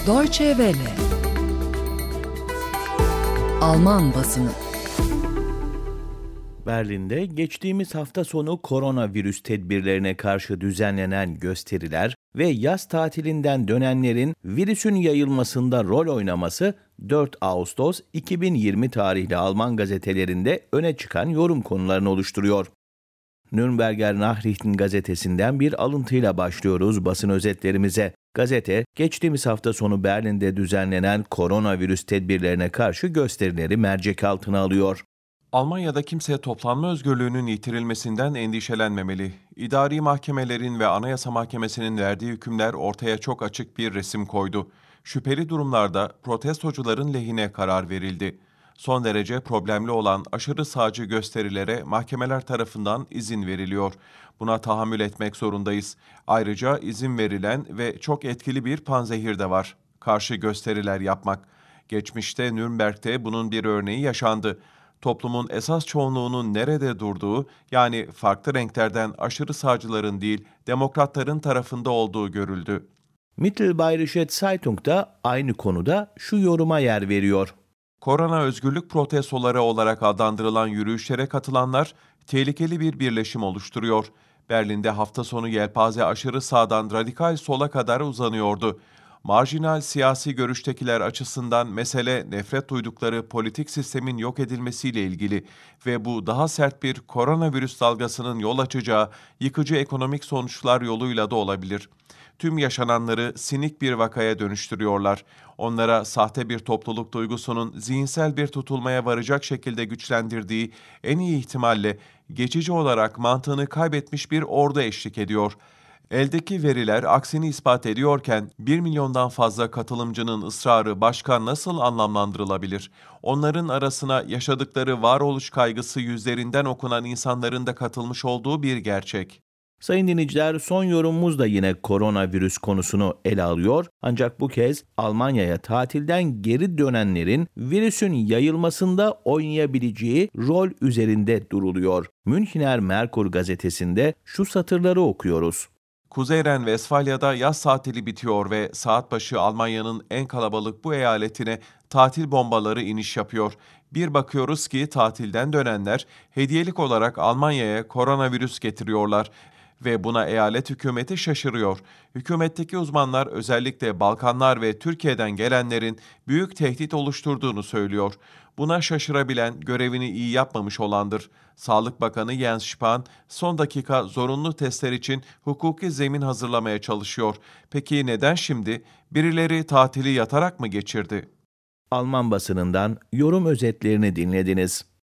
Deutsche Welle. Alman basını. Berlin'de geçtiğimiz hafta sonu koronavirüs tedbirlerine karşı düzenlenen gösteriler ve yaz tatilinden dönenlerin virüsün yayılmasında rol oynaması 4 Ağustos 2020 tarihli Alman gazetelerinde öne çıkan yorum konularını oluşturuyor. Nürnberger Nachrichten gazetesinden bir alıntıyla başlıyoruz basın özetlerimize. Gazete, geçtiğimiz hafta sonu Berlin'de düzenlenen koronavirüs tedbirlerine karşı gösterileri mercek altına alıyor. Almanya'da kimse toplanma özgürlüğünün yitirilmesinden endişelenmemeli. İdari mahkemelerin ve Anayasa Mahkemesi'nin verdiği hükümler ortaya çok açık bir resim koydu. Şüpheli durumlarda protestocuların lehine karar verildi. Son derece problemli olan aşırı sağcı gösterilere mahkemeler tarafından izin veriliyor. Buna tahammül etmek zorundayız. Ayrıca izin verilen ve çok etkili bir panzehir de var. Karşı gösteriler yapmak. Geçmişte Nürnberg'te bunun bir örneği yaşandı. Toplumun esas çoğunluğunun nerede durduğu, yani farklı renklerden aşırı sağcıların değil, demokratların tarafında olduğu görüldü. Mittelbayerische Zeitung da aynı konuda şu yoruma yer veriyor. Korona özgürlük protestoları olarak adlandırılan yürüyüşlere katılanlar tehlikeli bir birleşim oluşturuyor. Berlin'de hafta sonu yelpaze aşırı sağdan radikal sola kadar uzanıyordu. Marjinal siyasi görüştekiler açısından mesele nefret duydukları politik sistemin yok edilmesiyle ilgili ve bu daha sert bir koronavirüs dalgasının yol açacağı yıkıcı ekonomik sonuçlar yoluyla da olabilir. Tüm yaşananları sinik bir vakaya dönüştürüyorlar. Onlara sahte bir topluluk duygusunun zihinsel bir tutulmaya varacak şekilde güçlendirdiği en iyi ihtimalle geçici olarak mantığını kaybetmiş bir ordu eşlik ediyor. Eldeki veriler aksini ispat ediyorken 1 milyondan fazla katılımcının ısrarı başka nasıl anlamlandırılabilir? Onların arasına yaşadıkları varoluş kaygısı yüzlerinden okunan insanların da katılmış olduğu bir gerçek. Sayın dinleyiciler, son yorumumuz da yine koronavirüs konusunu ele alıyor. Ancak bu kez Almanya'ya tatilden geri dönenlerin virüsün yayılmasında oynayabileceği rol üzerinde duruluyor. Münchner Merkur gazetesinde şu satırları okuyoruz. Kuzey Ren-Vesfalya'da yaz tatili bitiyor ve saat başı Almanya'nın en kalabalık bu eyaletine tatil bombaları iniş yapıyor. Bir bakıyoruz ki tatilden dönenler hediyelik olarak Almanya'ya koronavirüs getiriyorlar ve buna eyalet hükümeti şaşırıyor. Hükümetteki uzmanlar özellikle Balkanlar ve Türkiye'den gelenlerin büyük tehdit oluşturduğunu söylüyor. Buna şaşırabilen görevini iyi yapmamış olandır. Sağlık Bakanı Jens Spahn son dakika zorunlu testler için hukuki zemin hazırlamaya çalışıyor. Peki neden şimdi? Birileri tatili yatarak mı geçirdi? Alman basınından yorum özetlerini dinlediniz.